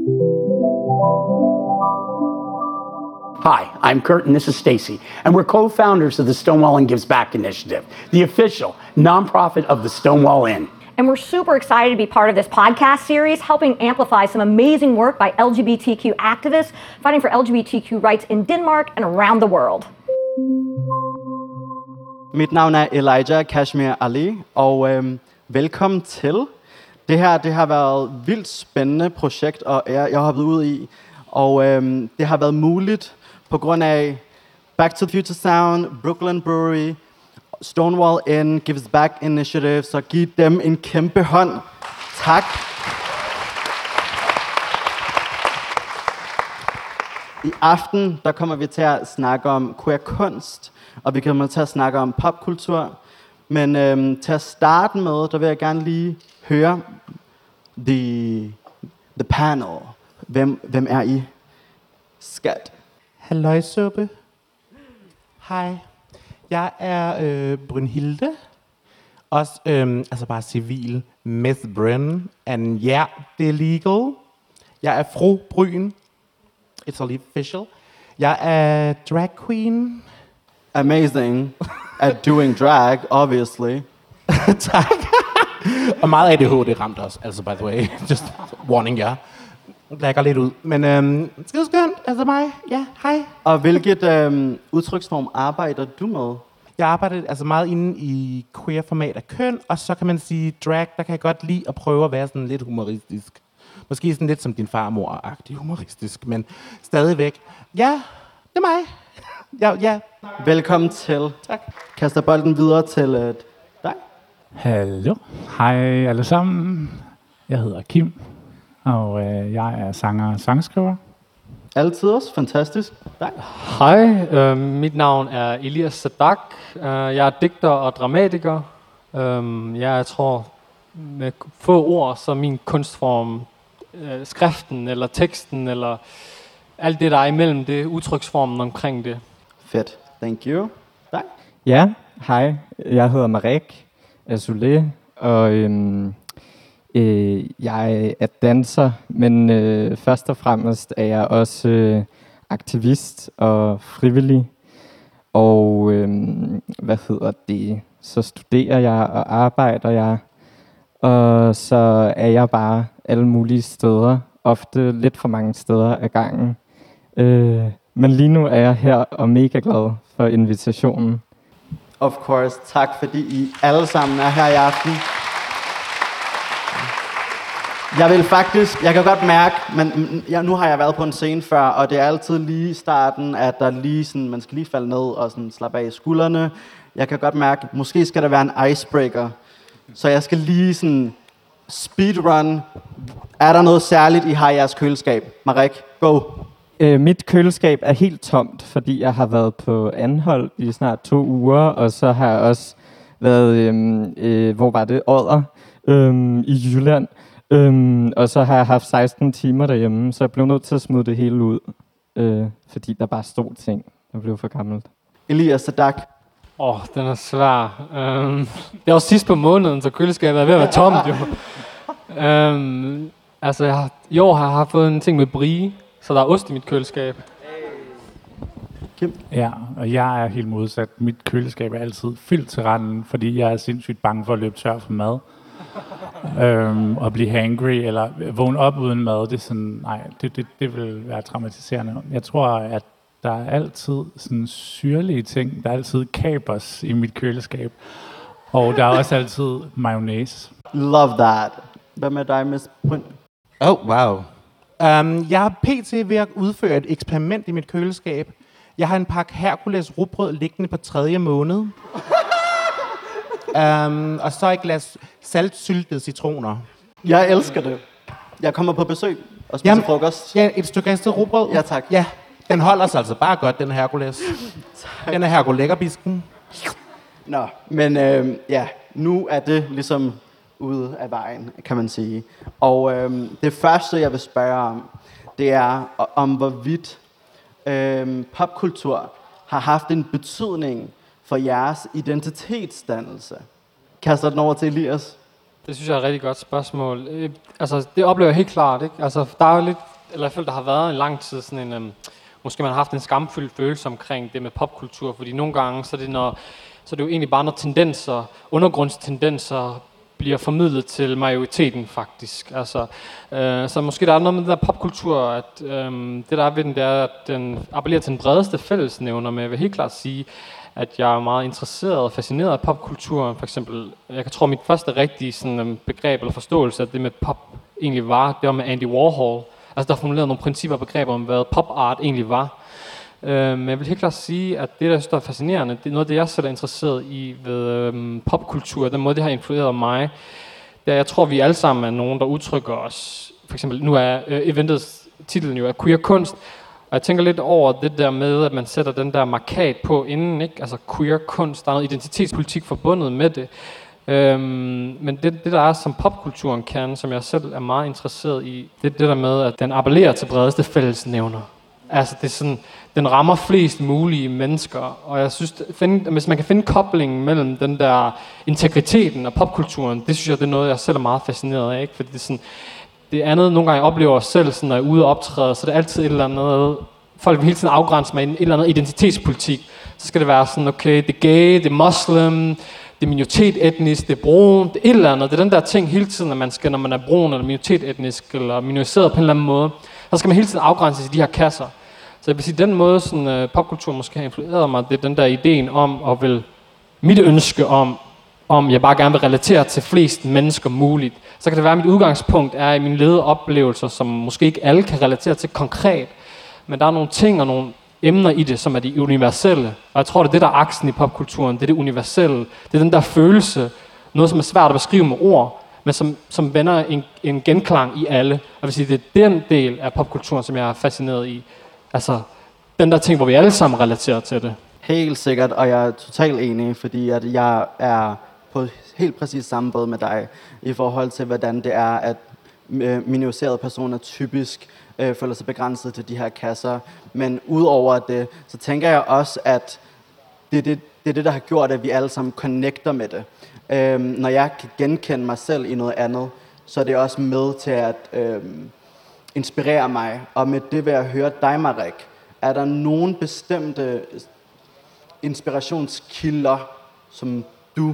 Hi, I'm Kurt and this is Stacy, and we're co-founders of the Stonewall Inn Gives Back initiative, the official nonprofit of the Stonewall Inn. And we're super excited to be part of this podcast series, helping amplify some amazing work by LGBTQ activists fighting for LGBTQ rights in Denmark and around the world. Mit navn er Elijah Kashmir Ali, og velkommen til. Det har været et vildt spændende projekt, og jeg har hoppet ud i. Og det har været muligt på grund af Back to the Future Sound, Brooklyn Brewery, Stonewall Inn Gives Back Initiative, så giv dem en kæmpe hånd. Tak. I aften, der kommer vi til at snakke om queer kunst, og vi kommer til at snakke om popkultur. Men til at starte med, der vil jeg gerne lige høre the panel. Hvem er I? Skat. Halløjsuppe. Hej. Jeg er Brynhilde. Også altså bare civil. Miss Bryn. And yeah, det er legal. Jeg er fru Bryn. It's all official. Jeg er drag queen. Amazing at doing drag, obviously. Tak. Og meget ADHD ramte os, altså by the way. Just warning jer. Lægger lidt ud. Men skønt, altså mig. Ja, hej. Og hvilket udtryksform arbejder du med? Jeg arbejder altså meget inde i queer-format af køn, og så kan man sige drag, der kan jeg godt lide at prøve at være sådan lidt humoristisk. Måske sådan lidt som din farmor-agtig humoristisk, men stadigvæk. Ja, det er mig. Ja. Velkommen til. Tak. Kaster bolden videre til dig. Hallo. Hej alle sammen. Jeg hedder Kim, og jeg er sanger og sangskriver. Altid også. Fantastisk. Dig. Hej, mit navn er Elias Sadak. Jeg er digter og dramatiker. Jeg tror, med få ord, så min kunstform, skriften eller teksten, eller alt det, der er imellem det, udtryksformen omkring det. Fedt. Thank you. Dig. Ja, hej. Jeg hedder Marek Azoulay, og jeg er danser, men først og fremmest er jeg også aktivist og frivillig. Og så studerer jeg og arbejder jeg, og så er jeg bare alle mulige steder, ofte lidt for mange steder ad gangen. Men lige nu er jeg her og mega glad for invitationen. Of course. Tak fordi I alle sammen er her i aften. Jeg kan godt mærke, men nu har jeg været på en scene før, og det er altid lige i starten, at der lige sådan, man skal lige falde ned og sådan slappe af i skuldrene. Jeg kan godt mærke, måske skal der være en icebreaker. Så jeg skal lige sådan speedrun. Er der noget særligt, I har i jeres køleskab? Marek, go. Mit køleskab er helt tomt, fordi jeg har været på anhold i snart 2 uger, og så har jeg også været, Odder i Jylland. Og så har jeg haft 16 timer derhjemme, så jeg blev nødt til at smide det hele ud, fordi der bare stod ting, der blev for gammelt. Elias Sadak. Den er svær. Det er også sidst på måneden, så køleskabet er ved at være tomt, jo. I år har jeg fået en ting med brie, så der er ost i mit køleskab. Kim? Ja, og jeg er helt modsat. Mit køleskab er altid fyldt til randen, fordi jeg er sindssygt bange for at løbe tør for mad. Og blive hangry, eller vågne op uden mad. Det er sådan, nej, det vil være traumatiserende. Jeg tror, at der er altid sådan syrlige ting. Der er altid kapers i mit køleskab. Og der er også altid mayonnaise. Love that. Hvad med dig, Miss Bryn? Oh, wow. Jeg er pt. ved at udføre et eksperiment i mit køleskab. Jeg har en pakke Hercules rugbrød liggende på 3. måned. Og så et glas saltsyltede citroner. Jeg elsker det. Jeg kommer på besøg og spiser frokost. Ja, et stykke ristet rugbrød. Ja, tak. Ja, den holder sig altså bare godt, den Hercules. Den er Hercules-lækkerbisken. Nå, men nu er det ligesom ude af vejen, kan man sige. Og det første, jeg vil spørge om, det er om hvorvidt popkultur har haft en betydning for jeres identitetsdannelse. Kaster den over til Elias. Det synes jeg er et rigtig godt spørgsmål. Det oplever jeg helt klart, ikke? Altså, der er jo lidt eller i hvert fald der har været en lang tid sådan en, måske man har haft en skamfyldt følelse omkring det med popkultur, fordi nogle gange, så er det jo egentlig bare, når tendenser, undergrundstendenser, bliver formidlet til majoriteten faktisk. Altså, så måske der er noget med den der popkultur, at det der er ved den, det er, at den appellerer til den bredeste fællesnævner, men jeg vil helt klart sige, at jeg er meget interesseret og fascineret af popkulturen. For eksempel, jeg kan tro, at mit første rigtige sådan, begreb eller forståelse af det med pop egentlig var, det var med Andy Warhol. Altså, der formulerede nogle principper og begreber om, hvad pop art egentlig var. Men jeg vil helt klart sige, at det, der er fascinerende, det er noget af det, jeg selv er interesseret i ved popkultur, den måde, det har influeret mig. Det er, jeg tror, vi alle sammen er nogen, der udtrykker os. For eksempel, nu er eventets titlen jo queer kunst, og jeg tænker lidt over det der med, at man sætter den der markat på inden, ikke? Altså queer kunst, der er noget identitetspolitik forbundet med det. Men det der er, som popkulturen kan, som jeg selv er meget interesseret i, det er det der med, at den appellerer til bredeste fællesnævner. Altså det er sådan, den rammer flest mulige mennesker, og jeg synes, hvis man kan finde koblingen mellem den der integriteten og popkulturen, det synes jeg, det er noget, jeg selv er meget fascineret af, ikke? Fordi det er sådan, det andet, nogle gange jeg oplever os selv, sådan, når jeg er ude og optræde, så det er altid et eller andet, folk vil hele tiden afgrænse med en eller anden identitetspolitik. Så skal det være sådan, okay, det er gay, det er muslim, det er minoritetsetnisk, det er brun, det er et eller andet. Det er den der ting hele tiden, at man skal, når man er brun eller minoritetsetnisk eller minoriseret på en eller anden måde, så skal man hele tiden afgrænses i de her kasser. Så jeg vil sige, den måde, sådan, popkultur måske har influeret mig, det er den der ideen om, og vel mit ønske om jeg bare gerne vil relatere til flest mennesker muligt. Så kan det være, at mit udgangspunkt er i mine ledede oplevelser, som måske ikke alle kan relatere til konkret, men der er nogle ting og nogle emner i det, som er de universelle. Og jeg tror, det er det, der er aksen i popkulturen. Det er det universelle. Det er den der følelse. Noget, som er svært at beskrive med ord, men som vender en genklang i alle. Og jeg vil sige, det er den del af popkulturen, som jeg er fascineret i. Altså, den der ting, hvor vi alle sammen relaterer til det. Helt sikkert, og jeg er totalt enig, fordi at jeg er på helt præcis samme båd med dig, i forhold til, hvordan det er, at minoriserede personer typisk føler sig begrænset til de her kasser. Men udover det, så tænker jeg også, at det er det, der har gjort, at vi alle sammen connecter med det. Når jeg kan genkende mig selv i noget andet, så er det også med til at inspirere mig. Og med det vil jeg høre dig, Marek. Er der nogen bestemte inspirationskilder, som du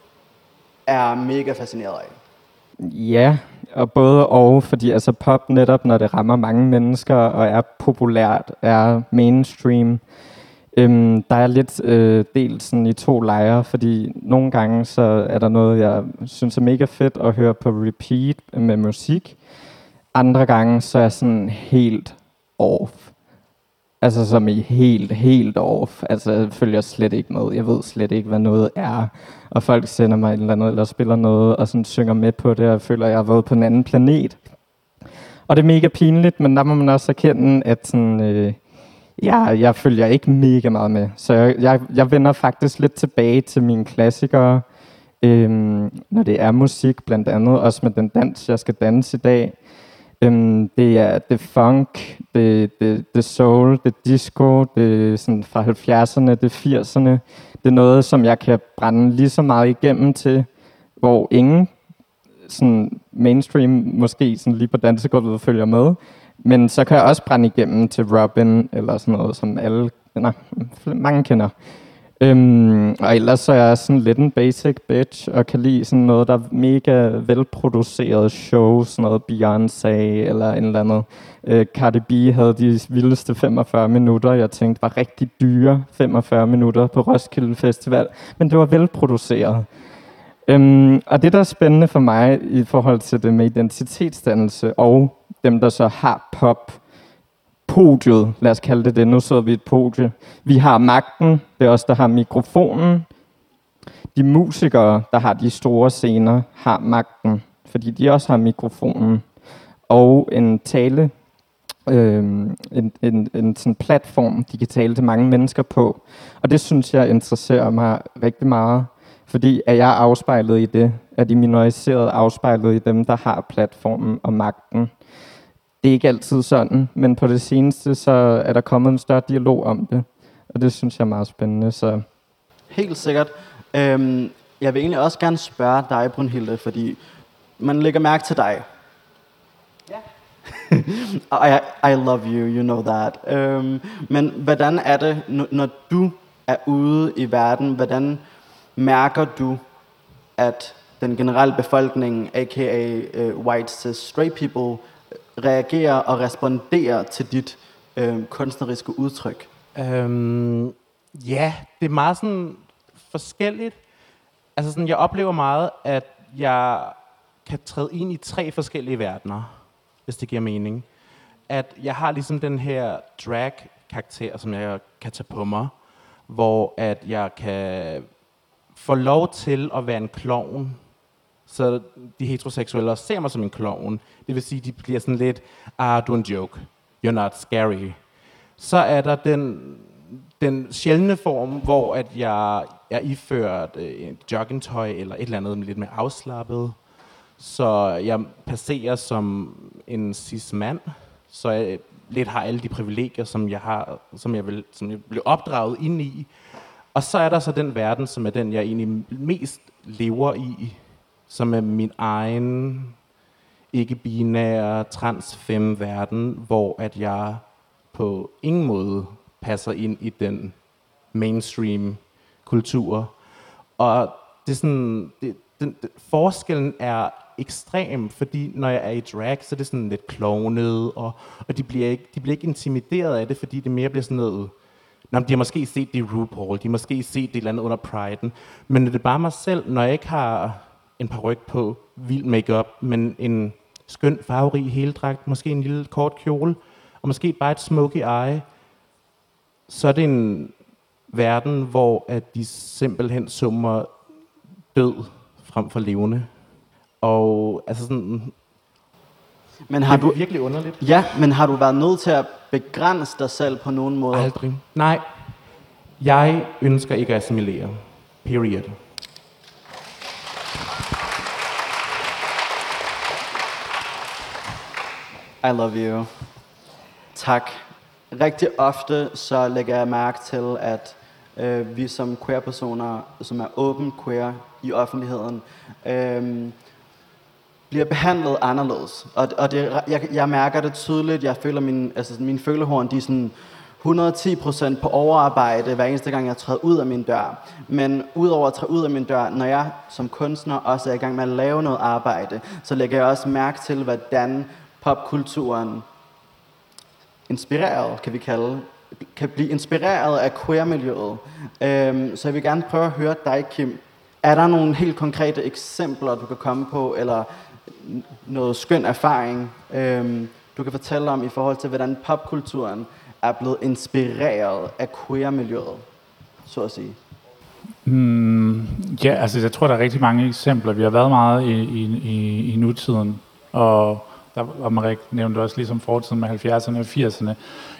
er mega fascineret af? Ja, og både og, fordi altså pop netop, når det rammer mange mennesker og er populært, er mainstream. Der er lidt delt sådan i to lejre, fordi nogle gange så er der noget, jeg synes er mega fedt at høre på repeat med musik. Andre gange så er jeg sådan helt off. Altså som i helt off. Altså jeg følger slet ikke med. Jeg ved slet ikke, hvad noget er. Og folk sender mig et eller andet, eller spiller noget, og sådan synger med på det, og jeg føler, at jeg har været på en anden planet. Og det er mega pinligt, men der må man også erkende, at sådan, jeg følger ikke mega meget med. Så jeg vender faktisk lidt tilbage til mine klassikere, når det er musik, blandt andet også med den dans, jeg skal danse i dag. Det er funk, det er soul, det er disco, det er sådan fra 70'erne, det er 80'erne. Det er noget, som jeg kan brænde lige så meget igennem til, hvor ingen sådan mainstream måske sådan lige på dansegulvet følger med. Men så kan jeg også brænde igennem til Robin, eller sådan noget, som mange kender. Og ellers så er jeg sådan lidt en basic bitch, og kan lide sådan noget, der er mega velproduceret show, sådan noget Beyoncé eller en eller andet. Cardi B havde de vildeste 45 minutter, jeg tænkte var rigtig dyre 45 minutter på Roskilde Festival, men det var velproduceret. Og det, der er spændende for mig i forhold til det med identitetsdannelse, og dem, der så har podiet, lad os kalde det, nu sidder vi et podie. Vi har magten, det er os, der har mikrofonen. De musikere, der har de store scener, har magten, fordi de også har mikrofonen. Og en tale, en sådan platform, de kan tale til mange mennesker på. Og det synes jeg interesserer mig rigtig meget, fordi er jeg afspejlet i det, er de minoriserede afspejlet i dem, der har platformen og magten. Det er ikke altid sådan, men på det seneste, så er der kommet en større dialog om det. Og det synes jeg er meget spændende. Så. Helt sikkert. Jeg vil egentlig også gerne spørge dig, Brunhilde, fordi man lægger mærke til dig. Ja. I love you, you know that. Men hvordan er det, når du er ude i verden, hvordan mærker du, at den generelle befolkning, aka white cis straight people, reagerer og responderer til dit kunstneriske udtryk? Ja, det er meget sådan forskelligt. Altså sådan, jeg oplever meget, at jeg kan træde ind i 3 forskellige verdener, hvis det giver mening. At jeg har ligesom den her drag-karakter, som jeg kan tage på mig, hvor at jeg kan få lov til at være en klovn, så de heteroseksuelle også ser mig som en klovn. Det vil sige, de bliver sådan lidt, du er en joke, you're not scary. Så er der den sjældne form, hvor at jeg er iført et joggingtøj eller et eller andet lidt mere afslappet. Så jeg passerer som en cis-mand, så jeg lidt har alle de privilegier, som jeg blev opdraget ind i. Og så er der så den verden, som er den, jeg egentlig mest lever i, som er min egen ikke-binære trans-fem-verden, hvor at jeg på ingen måde passer ind i den mainstream kultur. Og det er sådan, forskellen er ekstrem, fordi når jeg er i drag, så er det sådan lidt klovnet, og de bliver ikke intimideret af det, fordi det mere bliver sådan noget. De har måske set det i RuPaul, de har måske set det et eller andet under Pride'en, men det er bare mig selv, når jeg ikke har en paryk på, vild makeup, men en skøn farverig heldragt, måske en lille kort kjole, og måske bare et smoky eye, så er det en verden, hvor at de simpelthen summer død frem for levende. Og altså sådan. Men har du virkelig underligt? Ja, men har du været nødt til at begrænse dig selv på nogen måde? Aldrig. Nej. Jeg ønsker ikke at assimilere. Period. I love you. Tak. Rigtig ofte så lægger jeg mærke til, at vi som queer-personer, som er åben queer i offentligheden, bliver behandlet anderledes. Og det, jeg mærker det tydeligt. Jeg føler mine følehorn, de er sådan 110% på overarbejde, hver eneste gang jeg træder ud af min dør. Men udover at træde ud af min dør, når jeg som kunstner også er i gang med at lave noget arbejde, så lægger jeg også mærke til, hvordan popkulturen inspireret, kan blive inspireret af queer-miljøet. Så jeg vil gerne prøve at høre dig, Kim. Er der nogle helt konkrete eksempler, du kan komme på, eller noget skøn erfaring, du kan fortælle om i forhold til, hvordan popkulturen er blevet inspireret af queer-miljøet, så at sige? Ja, altså jeg tror, der er rigtig mange eksempler. Vi har været meget i nutiden, og Marik nævnte også ligesom fortiden med 70'erne og 80'erne.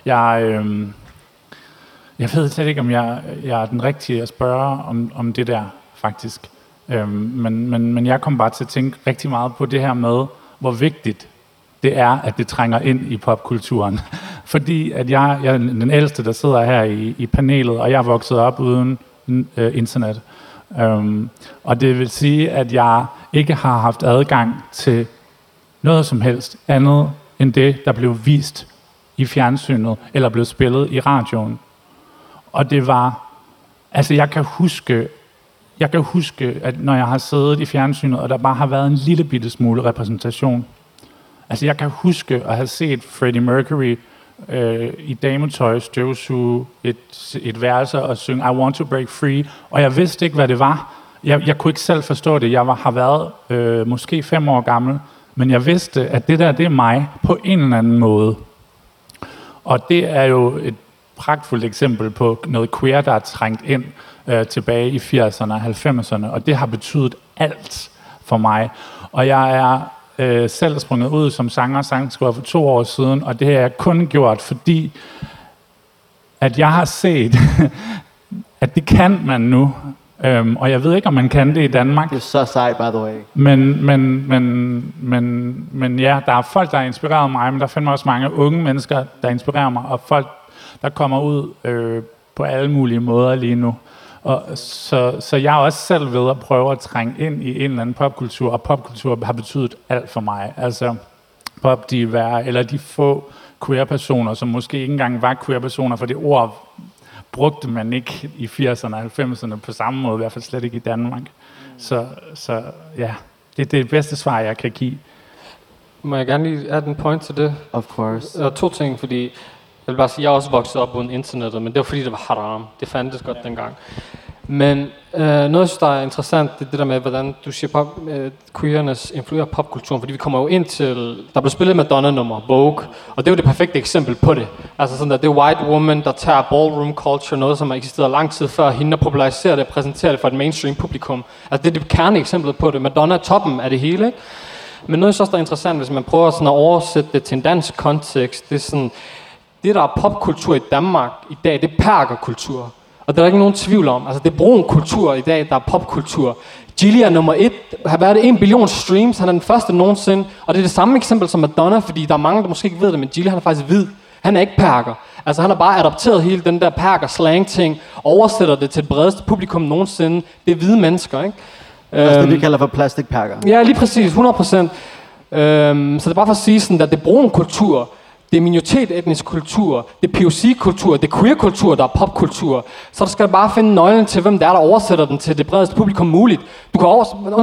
Jeg ved slet ikke, om jeg er den rigtige at spørge om det der, faktisk. Men jeg kom bare til at tænke rigtig meget på det her med, hvor vigtigt det er, at det trænger ind i popkulturen. Fordi at jeg er den ældste, der sidder her i panelet, og jeg er vokset op uden internet. Og det vil sige, at jeg ikke har haft adgang til noget som helst andet end det, der blev vist i fjernsynet, eller blev spillet i radioen. Og det var, altså jeg kan huske, at når jeg har siddet i fjernsynet, og der bare har været en lille bitte smule repræsentation. Altså jeg kan huske at have set Freddie Mercury i dametøj støvsuge et værelse og synge I Want to Break Free, og jeg vidste ikke, hvad det var. Jeg kunne ikke selv forstå det. Jeg har været måske 5 år gammel, men jeg vidste, at det er mig på en eller anden måde. Og det er jo et pragtfuldt eksempel på noget queer, der er trængt ind tilbage i 80'erne og 90'erne, og det har betydet alt for mig. Og jeg er selv sprunget ud som sanger og sangskriver for 2 år siden, og det har jeg kun gjort, fordi at jeg har set, at det kan man nu. Og jeg ved ikke, om man kan det i Danmark. Det er så sejt, by the way. Men ja, der er folk, der har inspireret mig, men der finder også mange unge mennesker, der inspirerer mig, og folk, der kommer ud på alle mulige måder lige nu. Og så jeg er også selv ved at prøve at trænge ind i en eller anden popkultur, og popkultur har betydet alt for mig. Altså, popdivaer, eller de få queer-personer, som måske ikke engang var queer-personer, for det ord brugte man ikke i 80'erne og 90'erne på samme måde, i hvert fald slet ikke i Danmark. Så ja, det er det bedste svar, jeg kan give. Må jeg gerne lige add en point til det? Of course. Der er 2 ting, fordi jeg vil bare sige, jeg er også vokset op uden internettet, men det var fordi, det var haram. Det fandtes godt dengang. Men noget, jeg synes, der er interessant, det der med, hvordan du siger, queernes influerer popkulturen, fordi vi kommer jo ind til, der blev spillet Madonna-nummer, Vogue, og det er jo det perfekte eksempel på det. Altså sådan, at det er white woman, der tager ballroom culture, noget som har eksisteret lang tid før hende, og populariserer det og præsenterer det for et mainstream publikum. Altså det er det kerneeksemplet på det. Madonna er toppen af det hele, ikke? Men noget, jeg synes, der er interessant, hvis man prøver sådan at oversætte det til en dansk kontekst, det er sådan, det der er popkultur i Danmark i dag, det er perkerkultur. Og der er ikke nogen tvivl om. Altså det er brun kultur i dag, der er popkultur. Gilly er nummer 1, har været 1 billion streams, han er den første nogensinde. Og det er det samme eksempel som Madonna, fordi der er mange, der måske ikke ved det, men Gilly han er faktisk hvid. Han er ikke perker. Altså han har bare adopteret hele den der perker slang ting, oversætter det til det bredeste publikum nogensinde. Det er hvide mennesker, ikke? Det er det, vi kalder for plastikperker. Ja, lige præcis, 100%. Så det er bare for at sige sådan, at det er brun kultur, det er minoritet-etnisk kultur, det er POC-kultur, det er queer-kultur, der er popkultur. Så der skal bare finde nøglen til, hvem der oversætter den til det bredeste publikum muligt. Du kan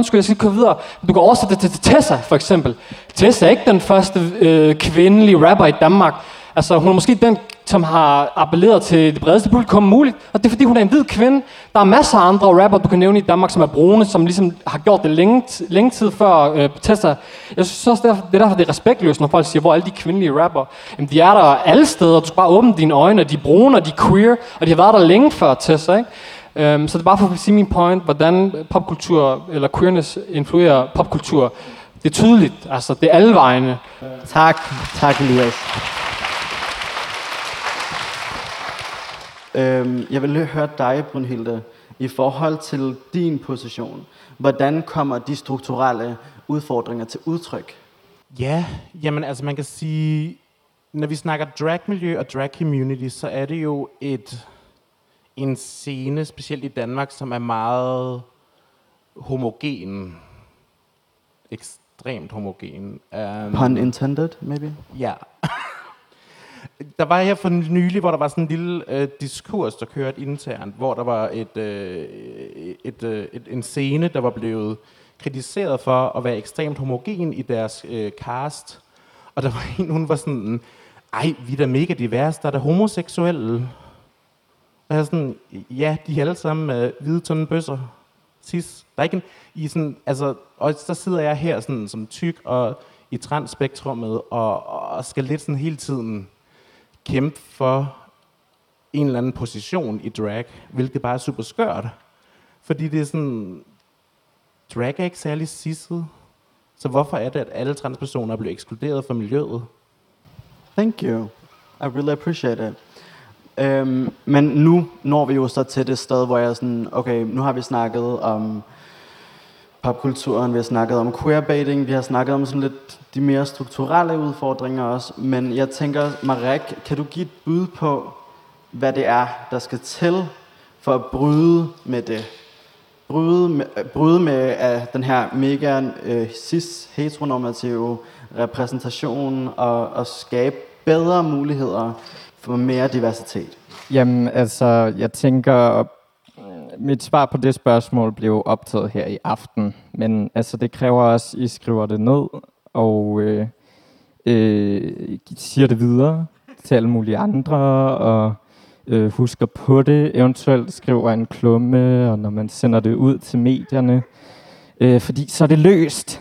Du kan oversætte det til Tessa, for eksempel. Tessa er ikke den første kvindelige rapper i Danmark. Altså, hun er måske den, som har appelleret til det bredeste publikum muligt, og det er fordi, hun er en hvid kvinde. Der er masser af andre rapper, du kan nævne i Danmark, som er brune, som ligesom har gjort det længe tid før Tessa. Jeg synes også, det er derfor, det er respektløst, når folk siger, hvor er alle de kvindelige rapper? Jamen, de er der alle steder, du skal bare åbne dine øjne, og de er brune, og de er queer, og de har været der længe før Tessa, ikke? Så det er bare for at sige min point, hvordan popkultur, eller queerness influerer popkultur. Det er tydeligt, altså det er alle vegne. Tak Elias. Jeg vil høre dig, Brynhilde, i forhold til din position. Hvordan kommer de strukturelle udfordringer til udtryk? Ja, jamen altså man kan sige, når vi snakker dragmiljø og drag community, så er det jo en scene, specielt i Danmark, som er meget homogen. Ekstremt homogen. Pun intended, maybe? Ja. Der var her for nylig, hvor der var sådan en lille diskurs, der kørte internt, hvor der var en scene, der var blevet kritiseret for at være ekstremt homogen i deres cast. Og der var en, hun var sådan, vi er da mega diverse, der er da homoseksuelle. Og jeg er sådan, ja, de er alle sammen hvide tynde bøsser. Cis. Der er ikke og så sidder jeg her sådan, som tyk og i transspektrummet og skal lidt sådan hele tiden kæmpe for en eller anden position i drag, hvilket bare er super skørt. Fordi det er sådan, drag er ikke særlig sisset. Så hvorfor er det, at alle transpersoner bliver ekskluderet fra miljøet? Thank you. I really appreciate it. Men nu når vi jo så til det sted, hvor jeg er sådan, okay, nu har vi snakket om popkulturen, vi har snakket om queerbaiting, vi har snakket om sådan lidt de mere strukturelle udfordringer også, men jeg tænker, Marek, kan du give et bud på, hvad det er, der skal til for at bryde med det? Bryde med den her mega cis-heteronormative repræsentation og skabe bedre muligheder for mere diversitet? Jamen, altså, jeg tænker, mit svar på det spørgsmål blev optaget her i aften, men altså, det kræver også, at I skriver det ned, og siger det videre til alle mulige andre, og husker på det, eventuelt skriver en klumme, og når man sender det ud til medierne, fordi så er det løst.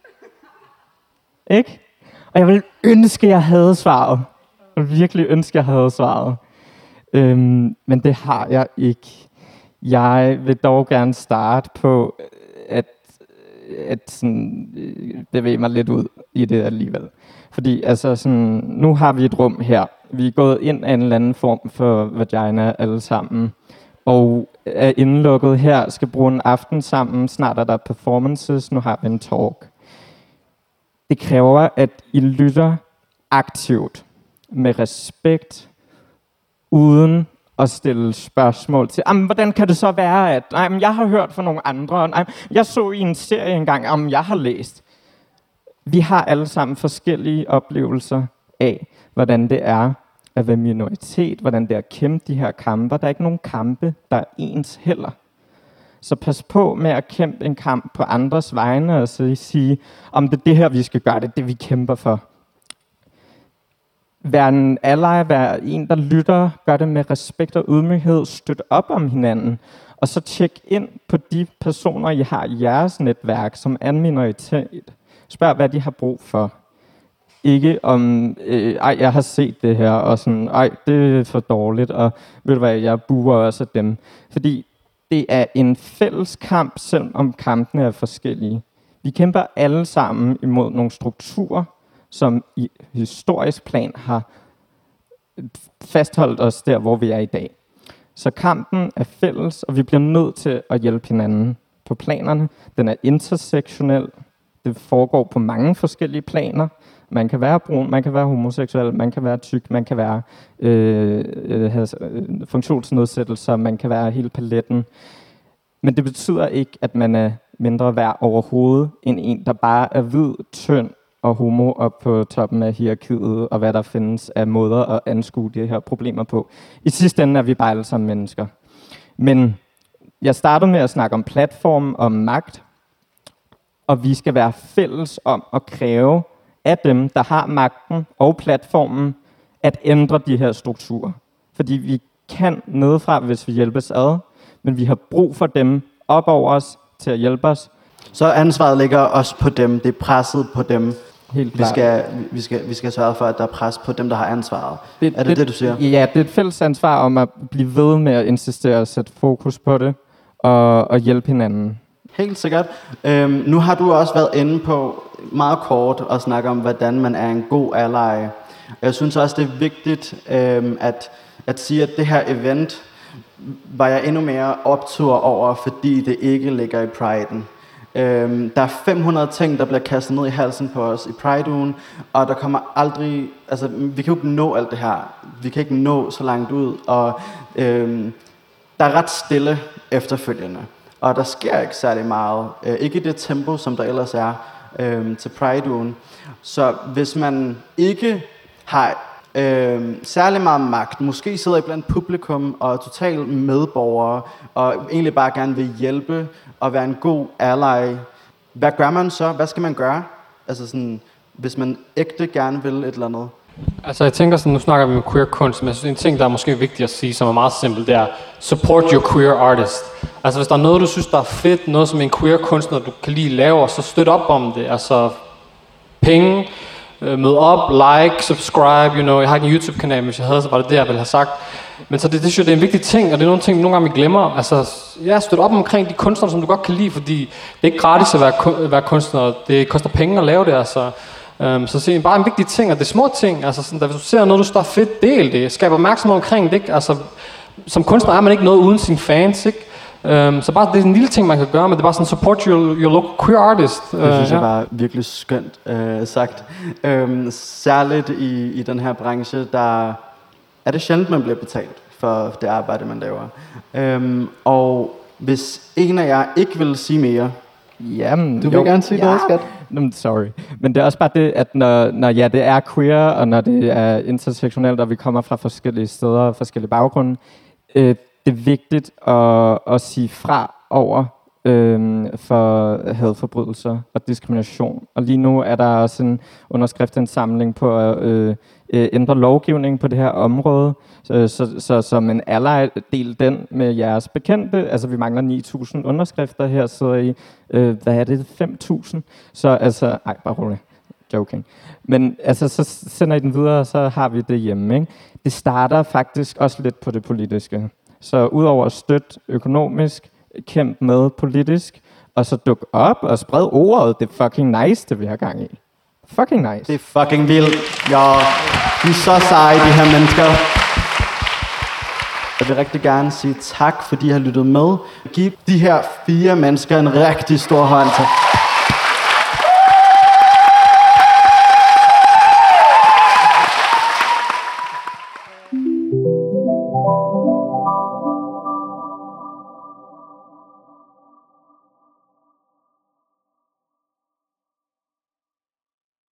Ikke? Og jeg vil ønske, jeg havde svaret. Jeg vil virkelig ønske, jeg havde svaret. Men det har jeg ikke. Jeg vil dog gerne starte på at sådan, bevæge mig lidt ud i det alligevel. Fordi altså sådan, nu har vi et rum her. Vi er gået ind af en eller anden form for vagina alle sammen. Og er indlukket her, skal bruge en aften sammen. Snart er der performances, nu har vi en talk. Det kræver, at I lytter aktivt, med respekt, uden at stille spørgsmål til, hvordan kan det så være, at jeg har hørt fra nogle andre, jeg så i en serie engang, jeg har læst. Vi har alle sammen forskellige oplevelser af, hvordan det er at være minoritet, hvordan det er at kæmpe de her kampe. Der er ikke nogen kampe, der er ens heller. Så pas på med at kæmpe en kamp på andres vegne, og så sige, om det er det her, vi skal gøre, det er det, vi kæmper for. Vær en ally, vær en, der lytter, gør det med respekt og ydmyghed, støt op om hinanden, og så tjek ind på de personer, I har i jeres netværk, som er en minoritet. Spørg, hvad de har brug for. Ikke om, jeg har set det her, og sådan, det er for dårligt, og ved du hvad, jeg buer også af dem. Fordi det er en fælles kamp, selvom kampene er forskellige. Vi kæmper alle sammen imod nogle strukturer, som i historisk plan har fastholdt os der, hvor vi er i dag. Så kampen er fælles, og vi bliver nødt til at hjælpe hinanden på planerne. Den er intersektionel. Det foregår på mange forskellige planer. Man kan være brun, man kan være homoseksuel, man kan være tyk, man kan være have funktionsnedsættelser, man kan være hele paletten. Men det betyder ikke, at man er mindre værd overhovedet, end en, der bare er hvid, tynd og homo op på toppen af hierarkiet, og hvad der findes af måder at anskue de her problemer på. I sidste ende er vi bare alle sammen mennesker. Men jeg startede med at snakke om platform og magt, og vi skal være fælles om at kræve af dem, der har magten og platformen, at ændre de her strukturer. Fordi vi kan nedefra, hvis vi hjælpes ad, men vi har brug for dem op over os til at hjælpe os. Så ansvaret ligger også på dem, det er presset på dem. Helt klart. Vi skal sørge for, at der er pres på dem, der har ansvaret. Er det, du siger? Ja, det er et fælles ansvar om at blive ved med at insistere og sætte fokus på det, og hjælpe hinanden. Helt sikkert. Nu har du også været inde på meget kort at snakke om, hvordan man er en god ally. Jeg synes også, det er vigtigt at sige, at det her event var jeg endnu mere optur over, fordi det ikke ligger i Pride'en. Der er 500 ting, der bliver kastet ned i halsen på os i Pride-ugen, og der kommer aldrig, altså vi kan jo ikke nå alt det her. Vi kan ikke nå så langt ud, og der er ret stille efterfølgende. Og der sker ikke særlig meget. Ikke i det tempo, som der ellers er til Pride-ugen. Så hvis man ikke har særlig meget magt, måske sidder I blandt publikum og er totalt medborgere, og egentlig bare gerne vil hjælpe og være en god ally, hvad gør man så? Hvad skal man gøre? Altså sådan, hvis man ægte gerne vil et eller andet. Altså jeg tænker sådan, nu snakker vi om queer kunst, men jeg synes, en ting, der er måske vigtigt at sige, som er meget simpelt, det er support your queer artist. Altså hvis der er noget, du synes, der er fedt, noget som en queer kunstner, du kan lide lave, så støt op om det. Altså penge, mød op, like, subscribe, jeg har ikke en YouTube-kanal, hvis jeg havde, så var det det, jeg ville have sagt. Men så det synes jeg, det er en vigtig ting, og det er nogle ting, nogle gange vi glemmer. Altså, støt op omkring de kunstnere, som du godt kan lide, fordi det er ikke gratis at være kunstner. Det koster penge at lave det, altså. Så det er bare en vigtig ting, og det er små ting. Altså, sådan, hvis du ser noget, du står fedt, del det. Skab opmærksomhed omkring det, ikke? Altså, som kunstner er man ikke noget uden sine fans, ikke? Så bare det er en lille ting, man kan gøre, men det er bare sådan, support your local queer artist. Det synes jeg var virkelig skønt sagt. Særligt i den her branche, der er det sjældent, man bliver betalt for det arbejde, man laver. Og hvis en af jer ikke vil sige mere, Jamen, du vil gerne sige noget, skat? Sorry. Men det er også bare det, at når det er queer, og når det er intersektionelt, og vi kommer fra forskellige steder og forskellige baggrunde, det er vigtigt at sige fra over for hadforbrydelser og diskrimination. Og lige nu er der også en underskriftindsamling på at ændre lovgivningen på det her område. Så som en ally, del den med jeres bekendte. Altså vi mangler 9.000 underskrifter her, så i, 5.000? Så altså, bare roligt. Joking. Men altså, så sender I den videre, og så har vi det hjemme, ikke? Det starter faktisk også lidt på det politiske. Så udover at støtte økonomisk, kæmpe med politisk, og så dukke op og sprede ordet. Det er fucking nice, det vi har gang i. Fucking nice. Det er fucking vildt. Ja, de er så seje, de her mennesker. Jeg vil rigtig gerne sige tak, fordi I har lyttet med. Giv de her 4 mennesker en rigtig stor hånd til.